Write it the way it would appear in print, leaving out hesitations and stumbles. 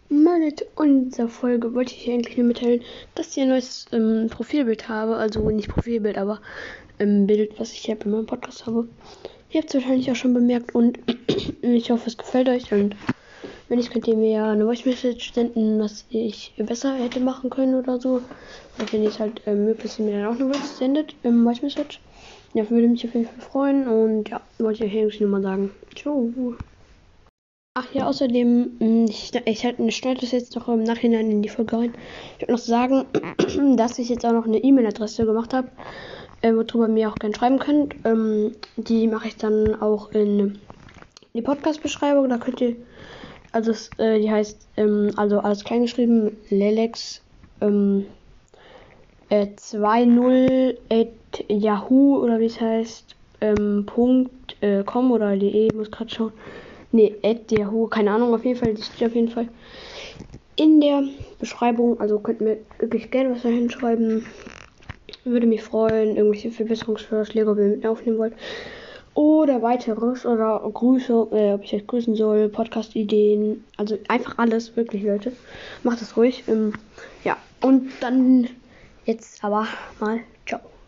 In dieser Folge wollte ich eigentlich nur mitteilen, dass ich ein neues Profilbild habe. Also nicht Profilbild, aber Bild, was ich hier bei meinem Podcast habe. Ihr habt es wahrscheinlich auch schon bemerkt und ich hoffe, es gefällt euch. Und wenn nicht, könnt ihr mir ja eine Voice Message senden, was ich besser hätte machen können oder so. Und wenn ihr es halt mögt, dass ihr mir dann auch eine Voice sendet, Voice Message. Ja, würde mich auf jeden Fall freuen. Und ja, wollte ich euch eigentlich nur mal sagen. Ciao. Ach ja, außerdem, ich schneide das jetzt noch im Nachhinein in die Folge rein. Ich würde noch sagen, dass ich jetzt auch noch eine E-Mail-Adresse gemacht habe, worüber ihr mir auch gerne schreiben könnt. Die mache ich dann auch in die Podcast-Beschreibung. Da könnt ihr, also die heißt, also alles klein geschrieben, Lelex 20 at Yahoo oder wie es heißt, .com oder de, muss gerade schauen. Ne, @yahoo, keine Ahnung, auf jeden Fall, die steht auf jeden Fall in der Beschreibung, also könnt mir wirklich gerne was da hinschreiben. Würde mich freuen, irgendwelche Verbesserungsvorschläge, ob ihr mit mir aufnehmen wollt. Oder weiteres, oder Grüße, ob ich euch grüßen soll, Podcast-Ideen, also einfach alles, wirklich Leute. Macht es ruhig. Ja, und dann jetzt aber mal, ciao.